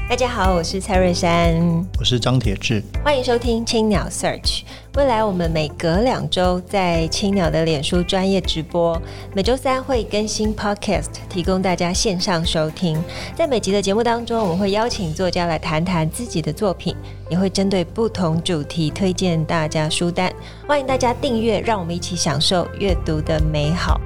大家好，我是蔡瑞珊， 我是张铁志， 欢迎收听青鸟 Search。未来我们每隔2周在青鸟的脸书专页直播，每周3会更新 Podcast， 提供大家线上收听。在每集的节目当中，我们会邀请作家来谈谈自己的作品，也会针对不同主题推荐大家书单。欢迎大家订阅，让我们一起享受阅读的美好。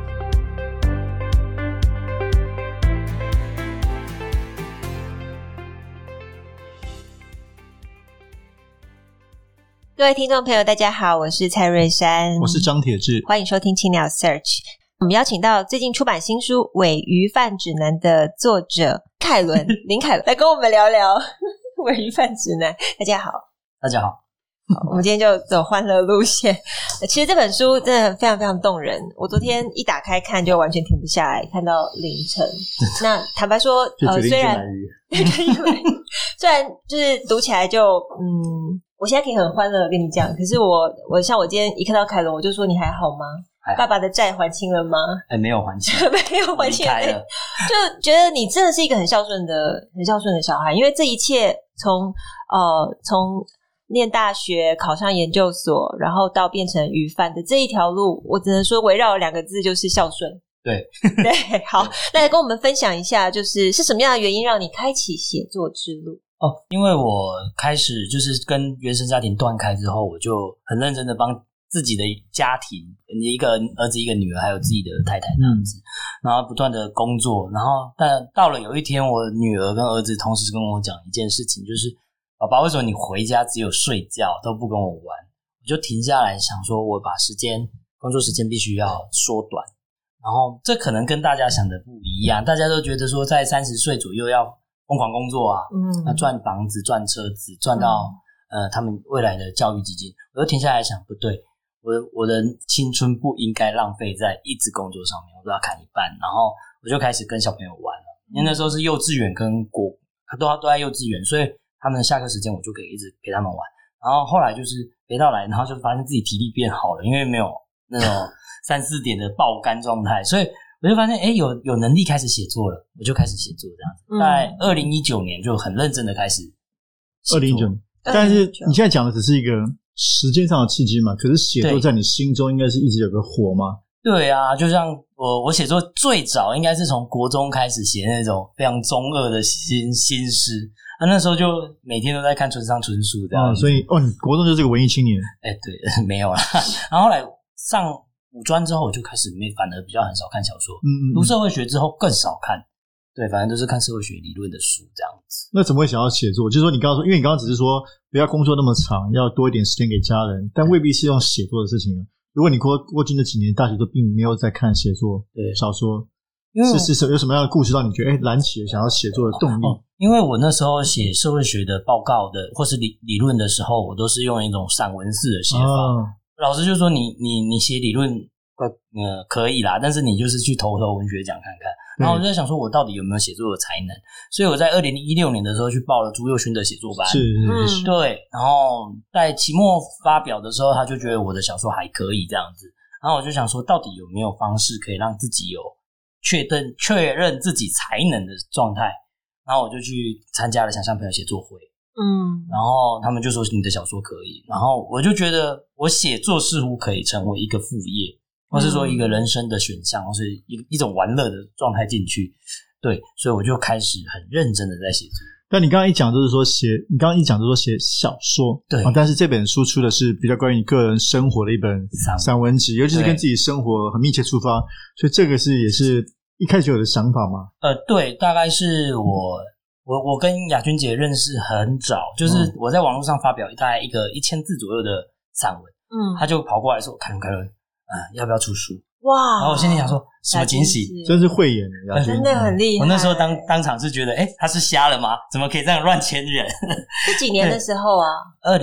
各位听众朋友大家好，我是蔡瑞珊， 我是张铁志， 欢迎收听青鸟 Search。 我们邀请到最近出版新书《鲔鱼饭指南》的作者凯伦林凯伦来跟我们聊聊鲔鱼饭指南。大家好。 大家好。 我们今天就走欢乐路线。其实这本书真的非常非常动人，我昨天一打开看就完全停不下来，看到凌晨。那坦白说虽然就是读起来就我现在可以很欢乐的跟你讲，可是我像我今天一看到凯伦，我就说你还好吗？爸爸的债还清了吗？ 没有还清没有还清了。就觉得你真的是一个很孝顺的小孩，因为这一切从念大学考上研究所，然后到变成鱼贩的这一条路，我只能说围绕2个字，就是孝顺。 对对，好，那来跟我们分享一下，就是什么样的原因让你开启写作之路？ 因为我开始就是跟原生家庭断开之后，我就很认真的帮自己的家庭，一个儿子一个女儿还有自己的太太这样子，然后不断的工作，然后但到了有一天，我女儿跟儿子同时跟我讲一件事情，就是爸爸，为什么你回家只有睡觉都不跟我玩？我就停下来想说，我把工作时间必须要缩短。然后这可能跟大家想的不一样，大家都觉得说在30岁左右要疯狂工作啊，那赚房子赚车子赚到他们未来的教育基金。我就停下来想，不对，我的青春不应该浪费在一直工作上面，我都要砍一半。然后我就开始跟小朋友玩了，因为那时候是幼稚园跟都在幼稚园，所以他们的下课时间我就可以一直陪他们玩。然后后来就是陪到来，然后就发现自己体力变好了，因为没有那种3-4点的爆肝状态，所以我就发现有能力开始写作了，我就开始写作这样子。在2019年就很认真的开始写作。 2019年，但是你现在讲的只是一个时间上的契机嘛，可是写作在你心中应该是一直有个火吗？ 对啊，就像我写作最早应该是从国中开始写那种非常中二的新诗，那时候就每天都在看村上春树这样子。 所以你国中就是个文艺青年。 对，没有啦。然后后来上五专之后，我就开始反而比较很少看小说，读社会学之后更少看。对，反正都是看社会学理论的书这样子。 那怎么会想要写作？就是说你刚刚说，因为你刚刚只是说不要工作那么长，要多一点时间给家人，但未必是用写作的事情。如果你过去那几年大学都并没有在看写作小说，是有什么样的故事让你觉得燃起了想要写作的动力？ 因为我那时候写社会学的报告的或是理论的时候，我都是用一种散文式的写法。老师就说你写理论可以啦，但是你就是去投文学奖看看。然后我就在想说，我到底有没有写作的才能？所以我在2016年的时候去报了朱宥勋的写作班。 是对。然后在期末发表的时候，他就觉得我的小说还可以这样子。然后我就想说，到底有没有方式可以让自己有确认自己才能的状态？然后我就去参加了想象朋友写作会。然后他们就说你的小说可以，然后我就觉得我写作似乎可以成为一个副业，或是说一个人生的选项，或是一种玩乐的状态进去。对，所以我就开始很认真的在写作。 但你刚刚一讲就是说写小说，对，但是这本书出的是比较关于你个人生活的一本散文集，尤其是跟自己生活很密切出发，所以这个也是一开始有的想法吗？ 对，大概是我跟雅君姐认识很早，就是我在网络上发表大概一个1000字左右的散文，他就跑过来说凯伦要不要出书？哇！然后我心里想说什么惊喜， 真是慧眼， 真的很厉害。 我那时候当场是觉得他是瞎了吗？怎么可以这样乱签人？ 是几年的时候啊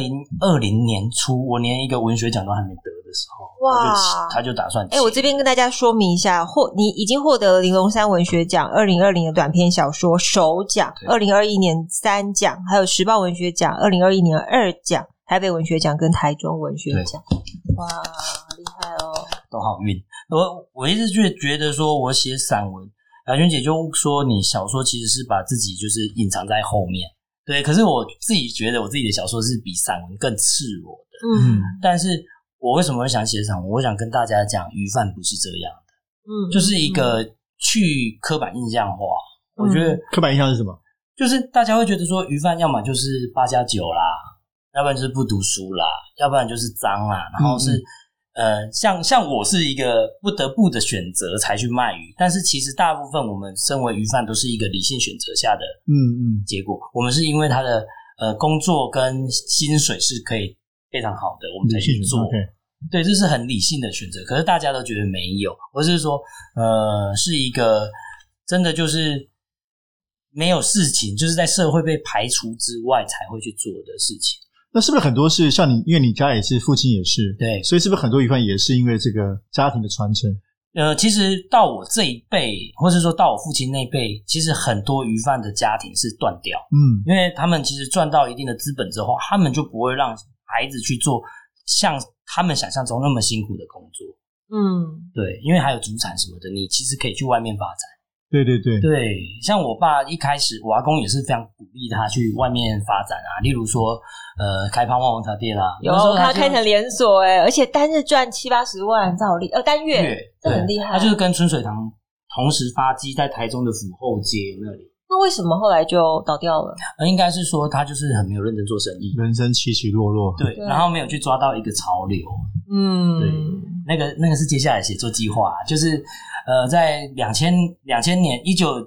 ？2020年初，我连一个文学奖都还没得的时候，哇！他就打算我这边跟大家说明一下，你已经获得了玲珑山文学奖2020的短篇小说首奖，2021年3奖，还有时报文学奖2021年2奖，台北文学奖跟台中文学奖。哇，厉害哦！ 都好运。我一直觉得说我写散文，雅君姐就说你小说其实是把自己就是隐藏在后面， 对，可是我自己觉得我自己的小说是比散文更赤裸的。但是我为什么会想写散文？我想跟大家讲，鱼贩不是这样的。就是一个去刻板印象化。我觉得刻板印象是什么？ 就是大家会觉得说鱼贩要么就是8+9啦，要不然就是不读书啦，要不然就是脏啦，然后是像我是一个不得不的选择才去卖鱼，但是其实大部分我们身为鱼贩都是一个理性选择下的结果。我们是因为他的工作跟薪水是可以非常好的，我们才去做。对，这是很理性的选择。可是大家都觉得没有，或是说是一个真的就是没有事情，就是在社会被排除之外才会去做的事情。 那是不是很多是像你，因为你家也是，父亲也是， 对， 所以是不是很多鱼贩也是因为这个家庭的传承？ 其实到我这一辈，或是说到我父亲那一辈，其实很多鱼贩的家庭是断掉，因为他们其实赚到一定的资本之后，他们就不会让孩子去做像他们想象中那么辛苦的工作。对，因为还有祖产什么的，你其实可以去外面发展。对，像我爸一开始，我阿公也是非常鼓励他去外面发展啊，例如说开泡沫红茶店啦， 有他开成连锁而且单日赚70-80万照例，单月这很厉害。 他就是跟春水堂同时发迹在台中的府后街那里。 那为什么后来就倒掉了？ 应该是说他就是很没有认真做生意， 人生起起落落。 对，然后没有去抓到一个潮流。对，那个是接下来写作计划，就是在2000年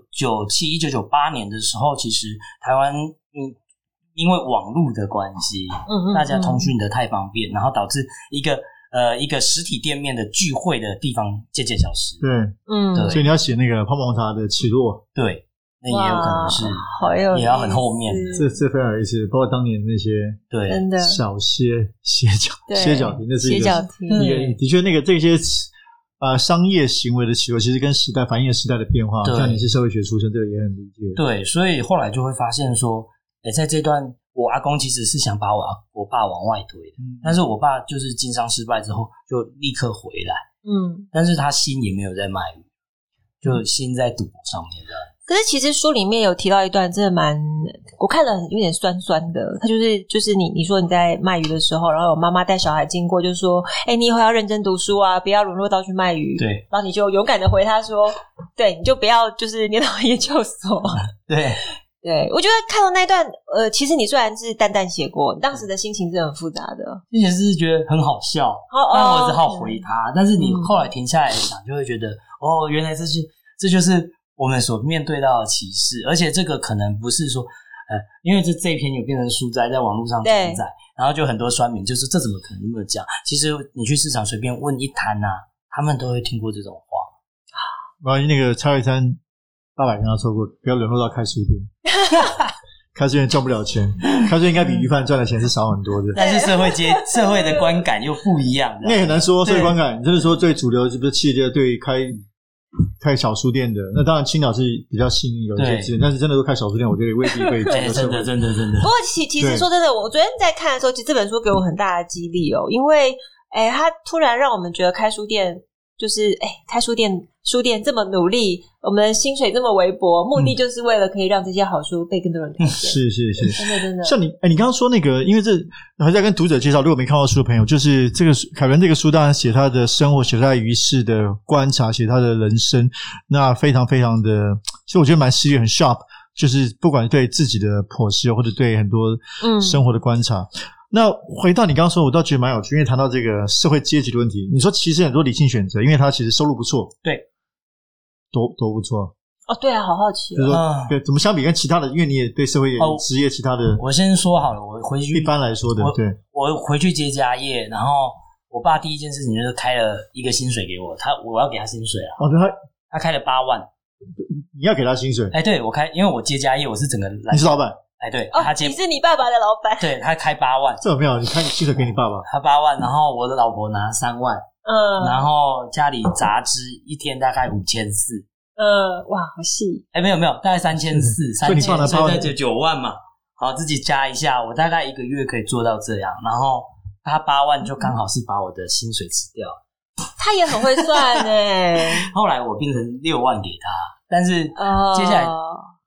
1997、1998年的时候，其实台湾因为网络的关系，大家通讯的太方便，然后导致一个实体店面的聚会的地方渐渐消失。 对，所以你要写那个泡沫红茶的起落。 对。那也有可能是，也要很后面。 这非常有意思，包括当年那些真的小歇脚亭，那是一个的确那个这些商业行为的起落，其实跟时代反映了时代的变化。像你是社会学出身，这个也很理解。 对，所以后来就会发现说，在这段我阿公其实是想把我爸往外推的，但是我爸就是经商失败之后就立刻回来，但是他心也没有在卖鱼，就心在赌博上面这样。 可是其实书里面有提到一段真的蛮，我看了有点酸酸的。他就是你说你在卖鱼的时候，然后有妈妈带小孩经过，就说你以后要认真读书啊，不要沦落到去卖鱼。 对， 然后你就勇敢的回他说，对，你就不要就是念到研究所。 对， 我觉得看到那一段，其实你虽然是淡淡写过，当时的心情是很复杂的。 之前是觉得很好笑，但我只好回他。但是你后来停下来想，就会觉得原来这就是我们所面对到的歧视，而且这个可能不是说，因为这一篇有变成书斋在网络上转载，然后就很多酸民就是这怎么可能那么讲？其实你去市场随便问一摊他们都会听过这种话。 那个蔡慧珊爸爸跟他说过，不要沦落到开书店，开书店赚不了钱，开书店应该比鱼贩赚的钱是少很多的。 但是社会的观感又不一样， 那也很难说社会观感。你就是说最主流是不是企业界对开小书店的，那当然青岛是比较幸运有一些资源，但是真的都开小书店，我觉得也未必会真的。不过其实说真的，我昨天在看的时候，其实这本书给我很大的激励因为它突然让我们觉得开书店就是开书店这么努力，我们的薪水这么微薄，目的就是为了可以让这些好书被更多人看见。 是真的。 像你刚刚说那个，因为这还在跟读者介绍，如果没看过书的朋友，就是这个凯伦这个书当然写他的生活，写他鱼市的观察，写他的人生，那非常非常的，其实我觉得蛮犀利，很 sharp， 就是不管对自己的剖析或者对很多生活的观察。那回到你刚刚说，我倒觉得蛮有趣，因为谈到这个社会阶级的问题，你说其实很多理性选择，因为他其实收入不错， 对， 多不错对啊，好好奇就是说怎么相比跟其他的，因为你也对社会职业其他的， 我先说好了，我回去一般来说的，对， 我回去接家业，然后我爸第一件事情就是开了一个薪水给我，我要给他薪水对， 他开了8万， 你要给他薪水？ 对，因为我接家业，我是整个你是老板。 对， 你是你爸爸的老板。 对，他开8万， 这有没有？你看薪水给你爸爸， 他8万，然后我的老婆拿3万，然后家里杂支一天大概5400， 哇，好细。 没有，大概3400， 所以你放了8万， 就9万嘛。好，自己加一下，我大概1个月可以做到这样，然后他8万就刚好是把我的薪水吃掉。 他也很会算后来我变成6万给他，但是接下来。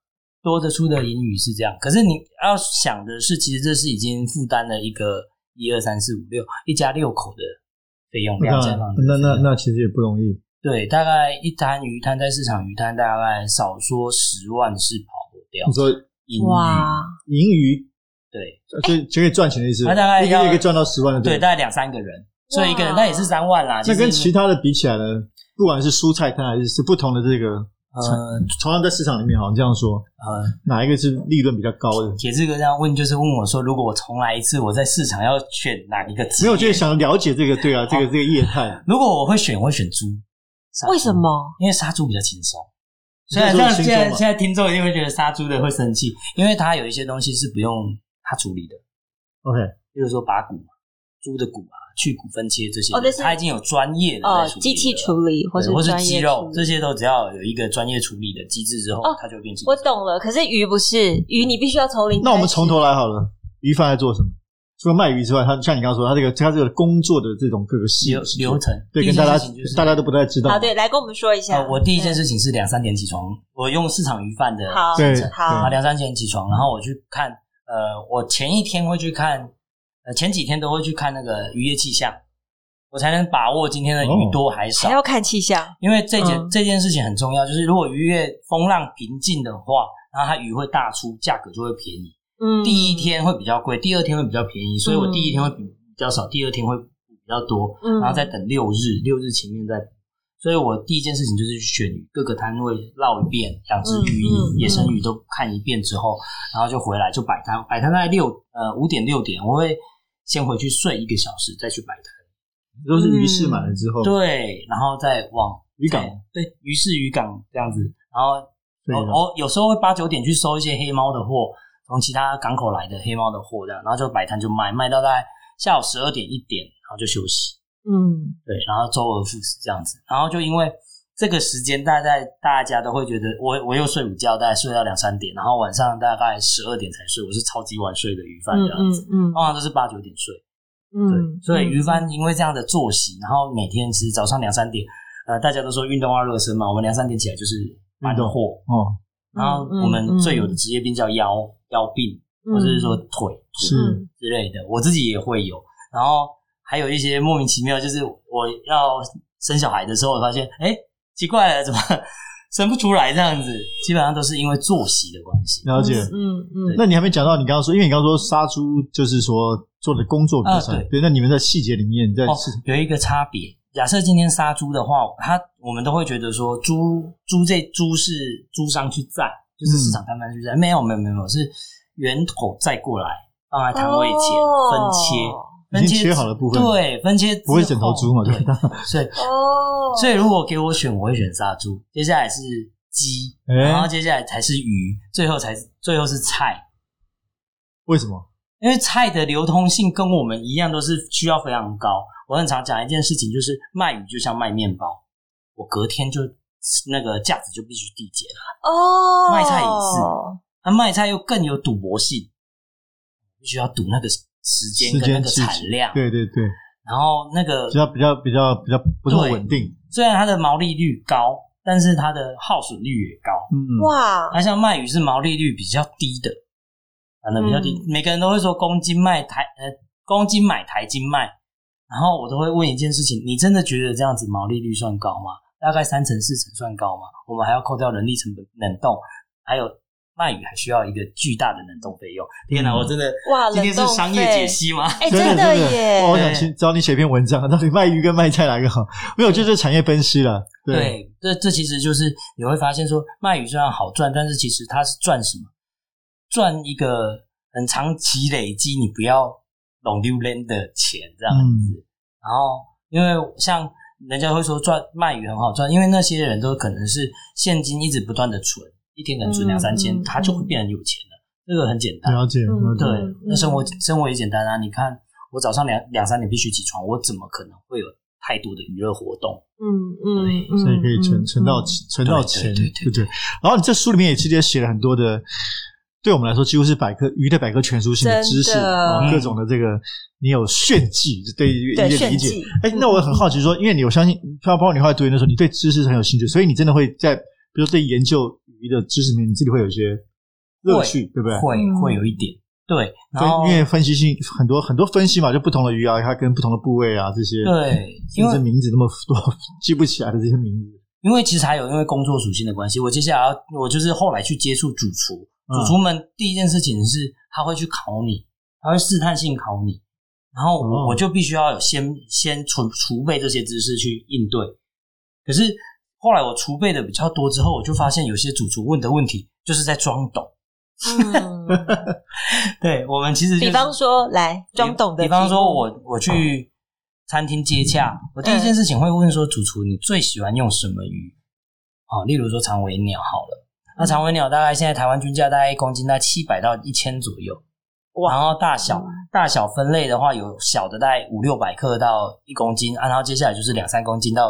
多得出的盈余是这样。可是你要想的是，其实这是已经负担了一个1、2、3、4、5、6一家6口的费用，两间房子那其实也不容易。 对，大概一摊鱼摊在市场鱼摊，大概少说10万是跑不掉。 你说盈余， 对， 就可以赚钱的意思。 他大概一个月可以赚到10万的， 对，大概2、3个人，所以一个人那也是3万啦。 那跟其他的比起来呢，不管是蔬菜摊还是不同的这个，同样在市场里面，好像这样说，哪一个是利润比较高的？ 铁志哥这样问，就是问我说，如果我重来一次，我在市场要选哪一个职业？ 没有，就是想了解这个，对啊，这个业态。 如果我会选猪。 为什么？ 因为杀猪比较轻松。虽然现在听众一定会觉得杀猪的会生气，因为它有一些东西是不用它处理的。 OK， 比如说拔骨嘛，猪的骨啊，去骨分切这些，它已经有专业的在处理机器处理或是肌肉，这些都只要有一个专业处理的机制之后，它就会变轻松。 我懂了，可是鱼不是鱼，你必须要从零。 那我们从头来好了，鱼贩在做什么？除了卖鱼之外，他像你刚刚说，他这个工作的这种各个流程， 对，跟大家都不太知道。 好，对，来跟我们说一下。 我第一件事情是2、3点起床，我用市场鱼贩的对， 好 ，2、3点起床，然后我去看，我前一天会去看，前几天都会去看那个渔业气象，我才能把握今天的鱼多还少。 还要看气象， 因为这件事情很重要，就是如果渔业风浪平静的话，然后它鱼会大出，价格就会便宜。第一天会比较贵，第二天会比较便宜，所以我第一天会比较少，第二天会比较多，然后再等6日前面再补。所以我第一件事情就是去选鱼，各个摊位绕一遍，养殖鱼、野生鱼都看一遍之后，然后就回来就摆摊大概5点6点，我会先回去睡1个小时，再去摆摊。 都是鱼市满了之后， 对，然后再往渔港， 对，鱼市渔港这样子，然后我有时候会8、9点去收一些黑猫的货。从其他港口来的黑猫的货这样，然后就摆摊就卖到大概下午12点1点，然后就休息。对，然后周而复始这样子，然后就因为这个时间，大家都会觉得我又睡午觉，大概睡到2、3点，然后晚上大概12点才睡，我是超级晚睡的鱼贩这样子，通常都是8、9点睡。对，所以鱼贩因为这样的作息，然后每天其实早上2、3点，大家都说运动要热身嘛，我们2、3点起来就是搬货然后我们最有的职业病叫腰病，或者是说腿之类的，我自己也会有。然后还有一些莫名其妙，就是我要生小孩的时候，我发现奇怪了，怎么生不出来这样子？基本上都是因为作息的关系。 了解，那你还没讲到你刚刚说，因为你刚刚说杀猪就是说做的工作比较少，对。那你们在细节里面，在有一个差别。假设今天杀猪的话，我们都会觉得说猪是猪商去载，就是市场摊贩去载，没有，是源头载过来，放在摊位前已经切好的部分， 对，分切不会枕头猪嘛，对， 所以如果给我选，我会选杀猪，接下来是鸡，然后接下来才是鱼，最后是菜。 为什么？ 因为菜的流通性跟我们一样，都是需要非常高。我很常讲一件事情，就是卖鱼就像卖面包，我隔天就那个价值就必须递减了。卖菜也是，卖菜又更有赌博性，必须要赌那个时间跟那个产量。 对。 然后那个比较不那么稳定。 虽然它的毛利率高，但是它的耗损率也高。 哇！ 那像卖鱼是毛利率比较低的。反正比较低，每个人都会说公斤买台斤卖，然后我都会问一件事情：你真的觉得这样子毛利率算高吗？大概3成4成算高吗？我们还要扣掉人力成本、冷冻，还有卖鱼还需要一个巨大的冷冻费用。天哪，我真的今天是商业解析吗？ 真的耶！ 我想找你写篇文章，到底卖鱼跟卖菜哪个好？没有，就是产业分析了。 对，这其实就是你会发现说，卖鱼虽然好赚，但是其实它是赚什么？赚一个很长期累积，你不要弄丢人的钱这样子。然后，因为像人家会说卖鱼很好赚，因为那些人都可能是现金一直不断的存，一天可能存2、3千，他就会变成有钱了。这个很简单， 了解。 对，那生活也简单啊。你看，我早上2、3点必须起床，我怎么可能会有太多的娱乐活动？ 所以可以存到钱，对不对？然后你这书里面也其实也写了很多的。对我们来说，几乎是鱼的百科全书性的知识，各种的这个，你有炫技，对鱼的理解。那我很好奇说，因为我相信，包括你后来读研的时候，你对知识很有兴趣，所以你真的会在，比如说对研究鱼的知识里面，你自己会有一些乐趣，对不对？ 会有一点。对，然后因为分析性很多分析嘛，就不同的鱼啊，它跟不同的部位啊这些， 对， 甚至名字那么多记不起来的这些名字。 因为其实还有因为工作属性的关系，我接下来我就是后来去接触主厨，主厨们第一件事情是他会去考你，他会试探性考你，然后我就必须要有先储备这些知识去应对。可是后来我储备的比较多之后，我就发现有些主厨问的问题就是在装懂。对，我们其实就是比方说来装懂的， 比方说我去餐厅接洽，我第一件事情会问说，主厨你最喜欢用什么鱼？例如说长尾鸟好了，那长尾鸟大概现在台湾均价大概1公斤大概700到1000左右，然后大小分类的话，有小的大概500-600克到1公斤，然后接下来就是2-3公斤到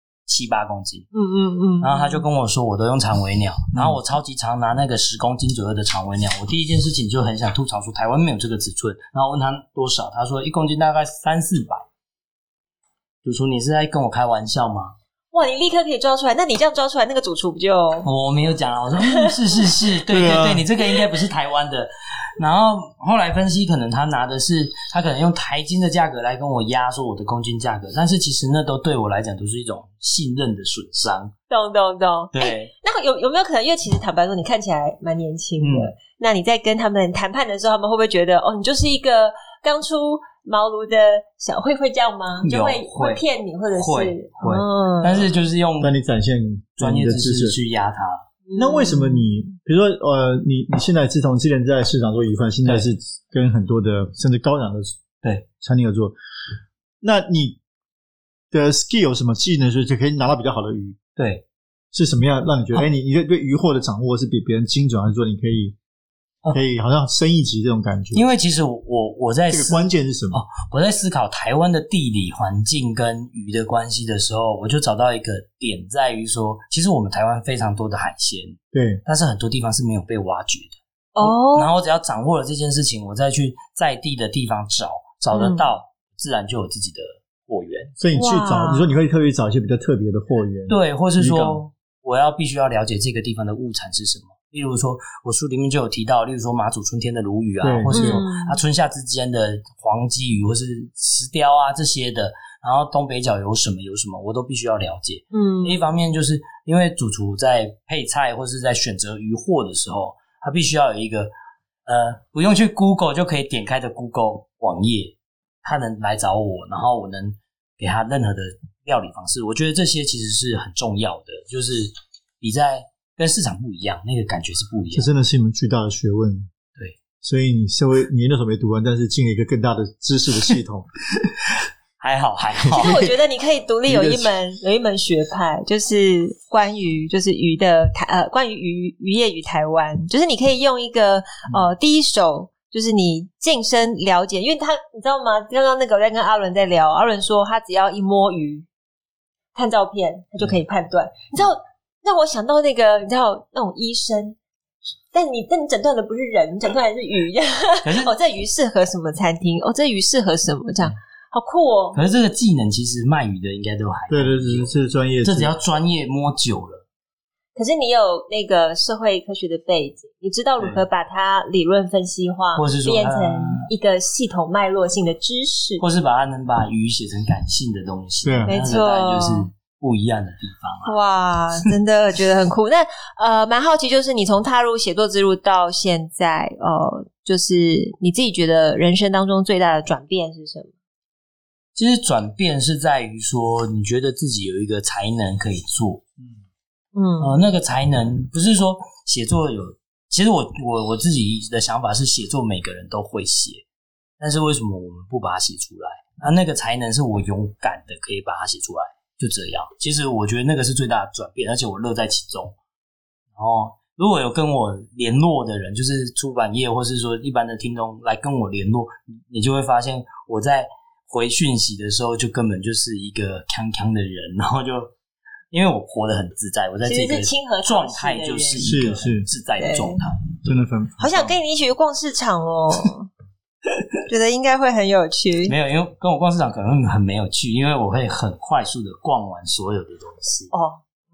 7-8公斤，然后他就跟我说我都用长尾鸟，然后我超级常拿那个10公斤左右的长尾鸟，我第一件事情就很想吐槽说台湾没有这个尺寸，然后问他多少，他说1公斤大概300-400，主厨你是在跟我开玩笑吗？ 哇，你立刻可以抓出来，那你这样抓出来，那个主厨不就…… 我没有讲啊，我说是，对，你这个应该不是台湾的。然后后来分析，可能他拿的是他可能用台斤的价格来跟我压说我的公斤价格，但是其实那都对我来讲都是一种信任的损伤。 懂。 对， 那有没有可能，因为其实坦白说，你看起来蛮年轻的，那你在跟他们谈判的时候，他们会不会觉得你就是一个刚出茅庐的小会这样吗？就会骗你，或者是会，但是就是用让你展现专业知识去压他。 那为什么你比如说你现在自从之前在市场做鱼贩，现在是跟很多的甚至高档的餐厅合作，那你的 skill 有什么技能就可以拿到比较好的鱼？ 对， 是什么样让你觉得你对鱼货的掌握是比别人精准，还是说你可以好像升一级这种感觉？ 因为其实我在这个关键是什么？ 我在思考台湾的地理环境跟鱼的关系的时候，我就找到一个点在于说，其实我们台湾非常多的海鲜， 对， 但是很多地方是没有被挖掘的。然后我只要掌握了这件事情，我再去在地的地方找得到，自然就有自己的货源。 所以你去找，你说你会特别找一些比较特别的货源， 对，或是说我必须要了解这个地方的物产是什么。例如说我书里面就有提到，例如说马祖春天的鲈鱼啊，或是说春夏之间的黄鲫鱼或是石雕啊这些的，然后东北角有什么我都必须要了解。一方面就是因为主厨在配菜或是在选择鱼货的时候，他必须要有一个不用去 Google 就可以点开的 Google 网页，他能来找我，然后我能给他任何的料理方式。我觉得这些其实是很重要的，就是你在跟市场不一样，那个感觉是不一样的。 这真的是一门巨大的学问。 对， 所以你研究所没读完，但是进了一个更大的知识的系统。 还好。 其实我觉得你可以独立有一门学派，就是关于就是鱼的关于渔业与台湾，就是你可以用一个第一手，就是你近身了解，因为你知道吗？刚刚那个我在跟阿伦在聊，阿伦说他只要一摸鱼，看照片他就可以判断。你知道让我想到那个你知道那种医生，但你诊断的不是人，你诊断的是鱼。这鱼适合什么餐厅？这鱼适合什么？这样好酷哦！ 可是这个技能其实卖鱼的应该都还对，这是专业， 这只要专业摸久了。 可是你有那个社会科学的背景，你知道如何把它理论分析化， 或是说变成一个系统脉络性的知识， 或是能把鱼写成感性的东西。 对， 没错， 就是不一样的地方。 哇，真的觉得很酷。那蛮好奇，就是你从踏入写作之路到现在，就是你自己觉得人生当中最大的转变是什么？ 其实转变是在于说，你觉得自己有一个才能可以做。那个才能不是说写作其实我自己的想法是，写作每个人都会写，但是为什么我们不把它写出来？那个才能是我勇敢的可以把它写出来，就这样。其实我觉得那个是最大的转变，而且我乐在其中。然后如果有跟我联络的人，就是出版业或是说一般的听众来跟我联络，你就会发现我在回讯息的时候就根本就是一个康康的人，然后就因为我活得很自在，我在这个状态就是一个很自在的状态， 真的好想跟你一起去逛市场哦。觉得应该会很有趣。 没有，因为跟我逛市场可能很没有趣，因为我会很快速的逛完所有的东西。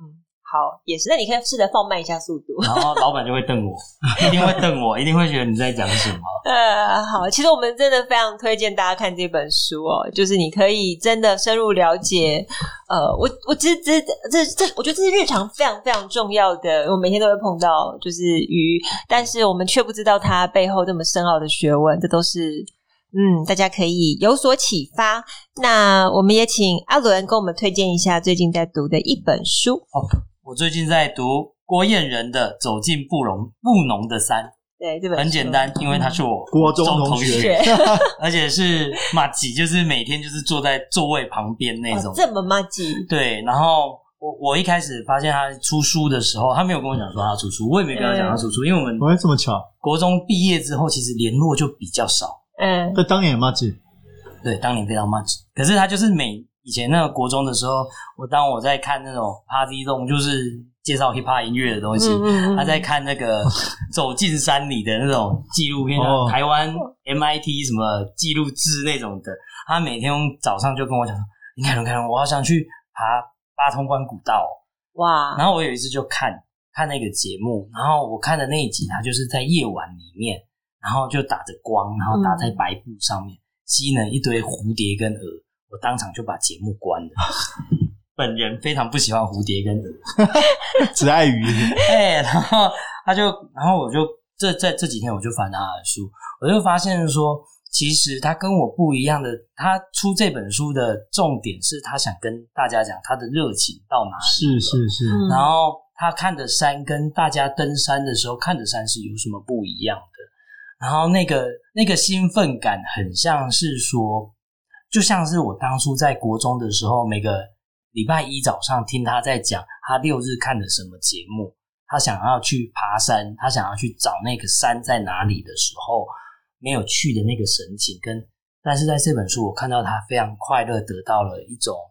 好，也是。那你可以试着放慢一下速度， 然后老板就会瞪我，一定会瞪我，一定会觉得你在讲什么。 好，其实我们真的非常推荐大家看这本书哦，就是你可以真的深入了解。我其实我觉得这是日常非常非常重要的，我每天都会碰到，就是鱼，但是我们却不知道它背后这么深奥的学问，这都是。大家可以有所启发。那我们也请阿伦跟我们推荐一下最近在读的一本书。 我最近在读郭燕仁的《走进布农的山》。 对，这本书很简单，因为他是我国中同学， 而且是麻吉，就是每天就是坐在座位旁边那种。 这么麻吉。 对，然后我一开始发现他出书的时候，他没有跟我讲说他出书，我也没跟他讲他出书，因为我们这么巧， 国中毕业之后，其实联络就比较少。 但当年也麻吉， 对，当年非常麻吉。可是他就是以前那个国中的时候，当我在看那种 Party Room， 就是介绍 hiphop 音乐的东西，他在看那个走进山里的那种纪录片，台湾 MIT 什么纪录志那种的，他每天早上就跟我讲说：“你看，我好想去爬八通关古道。”哇！然后我有一次就看那个节目，然后我看的那一集，他就是在夜晚里面。然后就打着光，然后打在白布上面，吸了一堆蝴蝶跟蛾，我当场就把节目关了。本人非常不喜欢蝴蝶跟蛾， 只爱鱼。 然后我就这几天我就翻他的书，我就发现说，其实他跟我不一样的，他出这本书的重点是他想跟大家讲他的热情到哪里了。是。然后他看的山跟大家登山的时候看的山是有什么不一样的。然后那个兴奋感很像是说，就像是我当初在国中的时候，每个礼拜一早上听他在讲他6日看的什么节目，他想要去爬山，他想要去找那个山在哪里的时候，没有去的那个神情但是在这本书我看到他非常快乐，得到了一种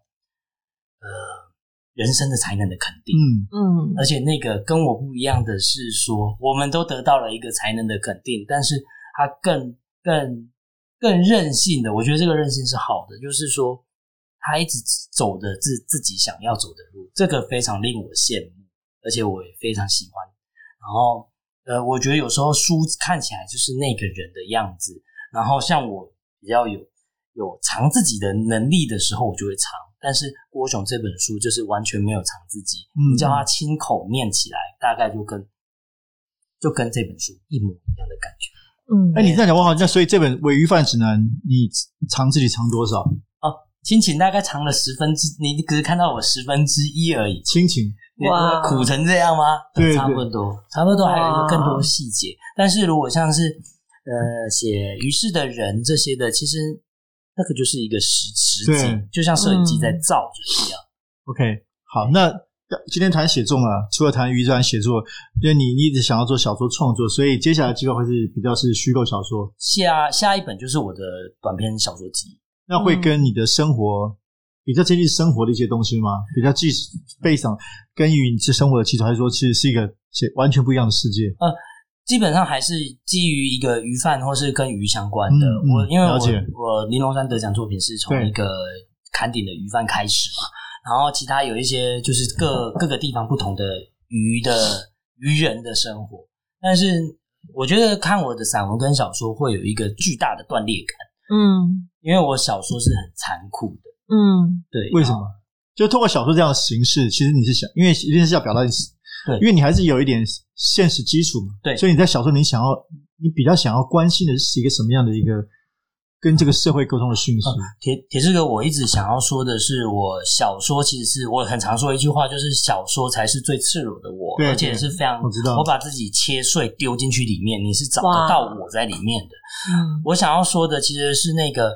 人生的才能的肯定。而且那个跟我不一样的是说，我们都得到了一个才能的肯定，但是他更任性的，我觉得这个任性是好的，就是说他一直走的自己想要走的路，这个非常令我羡慕，而且我也非常喜欢。然后我觉得有时候书看起来就是那个人的样子，然后像我比较有藏自己的能力的时候，我就会藏。但是郭雄这本书就是完全没有藏自己，你叫他亲口念起来，大概就跟这本书一模一样的感觉。 你这样讲我好像，所以这本伪鱼贩指南你藏自己藏多少？ 亲情大概藏了你只是看到我1/10而已。 亲情哇，苦成这样吗？ 对， 差不多，还有一个更多细节。但是如果像是写于是的人这些的，其实那个就是一个实景，就像摄影机在照着一样。 OK， 好，那今天谈写作嘛，除了谈于之外写作，因为你一直想要做小说创作，所以接下来计划会是比较是虚构小说。 下一本就是我的短篇小说集。 那会跟你的生活比较接近生活的一些东西吗？比较背上跟于你生活的基础，还是说其实是一个完全不一样的世界？ 基本上还是基于一个鱼贩或是跟鱼相关的。因为我玲珑山得奖作品是从一个坎顶的鱼贩开始嘛，然后其他有一些就是各个地方不同的鱼人的生活。但是我觉得看我的散文跟小说会有一个巨大的断裂感。因为我小说是很残酷的。对。 为什么？就透过小说这样的形式，其实你是想，因为一定是要表达对， 因为你还是有一点现实基础嘛。 对。 所以你在小说你比较想要关心的是一个什么样的一个跟这个社会沟通的讯息？ 铁志哥，我一直想要说的是，我小说其实是我很常说一句话，就是小说才是最赤裸的我，而且是非常我把自己切碎丢进去里面，你是找得到我在里面的。我想要说的其实是那个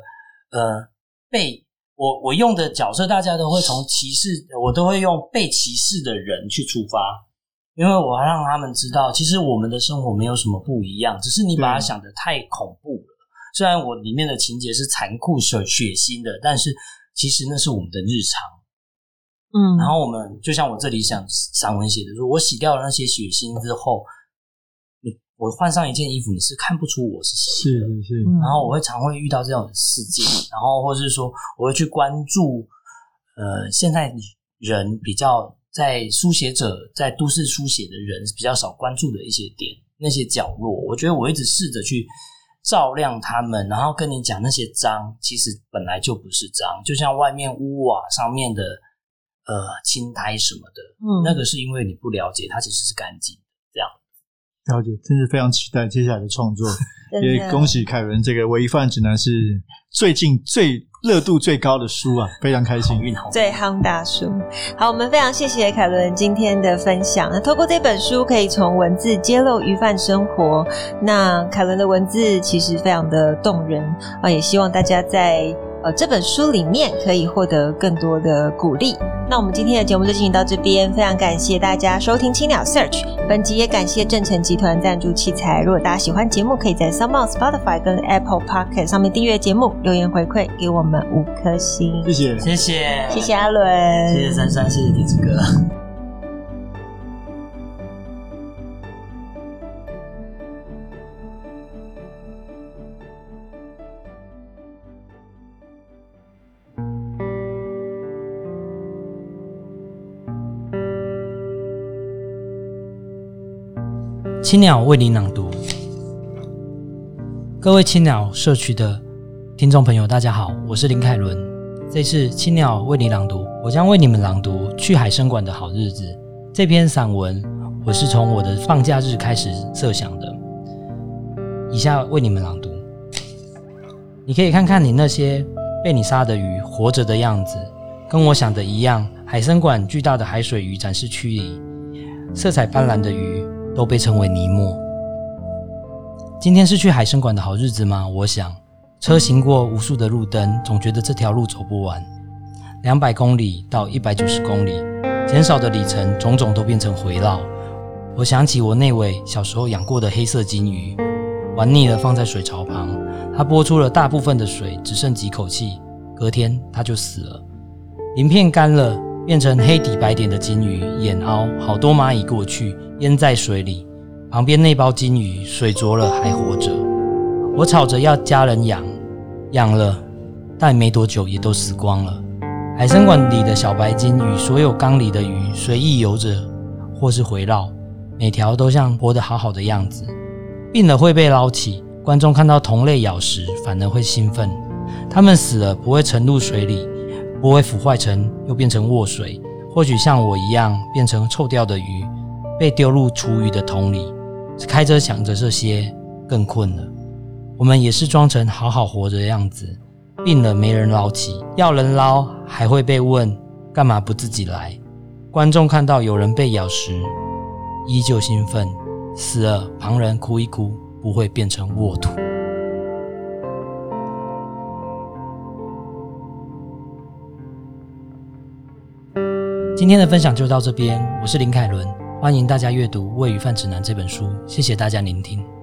我用的角色，大家都会从歧视，我都会用被歧视的人去出发，因为我要让他们知道，其实我们的生活没有什么不一样，只是你把它想得太恐怖了。虽然我里面的情节是残酷血腥的，但是其实那是我们的日常。然后我们就像我这里想散文写的说，我洗掉了那些血腥之后，我换上一件衣服，你是看不出我是谁的。是。然后我常会遇到这种事件，然后或是说我会去关注现在人比较在书写者在都市书写的人比较少关注的一些点，那些角落，我觉得我一直试着去照亮他们，然后跟你讲那些脏其实本来就不是脏，就像外面屋瓦上面的青苔什么的，那个是因为你不了解它其实是干净的，这样了解，真是非常期待接下来的创作。也恭喜凯伦，这个微犯指南是最近最热度最高的书啊，非常开心， 最夯大书。好，我们非常谢谢凯伦今天的分享。那透过这本书，可以从文字揭露鱼贩生活。那凯伦的文字其实非常的动人啊，也希望大家在这本书里面可以获得更多的鼓励。那我们今天的节目就进行到这边，非常感谢大家收听青鸟 Search， 本集也感谢正成集团赞助器材。如果大家喜欢节目，可以在 SoundOn、Spotify 跟 Apple Podcast 上面订阅节目，留言回馈给我们5颗星。 谢谢， 谢谢， 谢谢阿伦， 谢谢珊珊，谢谢笛子哥。青鸟为你朗读。各位青鸟社区的听众朋友大家好，我是林凯伦。这次青鸟为你朗读，我将为你们朗读去海参馆的好日子。这篇散文我是从我的放假日开始设想的，以下为你们朗读。你可以看看你那些被你杀的鱼活着的样子，跟我想的一样。海参馆巨大的海水鱼展示区里，色彩斑斓的鱼都被称为尼莫。今天是去海参馆的好日子吗？我想，车行过无数的路灯，总觉得这条路走不完。200公里到190公里，减少的里程种种都变成回绕。我想起我内尾小时候养过的黑色金鱼，玩腻了放在水槽旁，它拨出了大部分的水，只剩几口气，隔天它就死了。鳞片干了，变成黑底白点的金鱼，眼凹，好多蚂蚁过去淹在水里，旁边那包金鱼水浊了还活着。我吵着要家人养，养了，但没多久也都死光了。海参馆里的小白金鱼，所有缸里的鱼随意游着或是回绕，每条都像活得好好的样子。病了会被捞起，观众看到同类咬食反而会兴奋。它们死了不会沉入水里，不会腐坏成又变成沃水，或许像我一样变成臭掉的鱼，被丢入厨余的桶里。开车想着这些，更困了。我们也是装成好好活着的样子，病了没人捞起，要人捞还会被问干嘛不自己来。观众看到有人被咬时依旧兴奋，死了旁人哭一哭，不会变成沃土。今天的分享就到这边，我是林凯伦，欢迎大家阅读《喂鱼贩指南》这本书，谢谢大家聆听。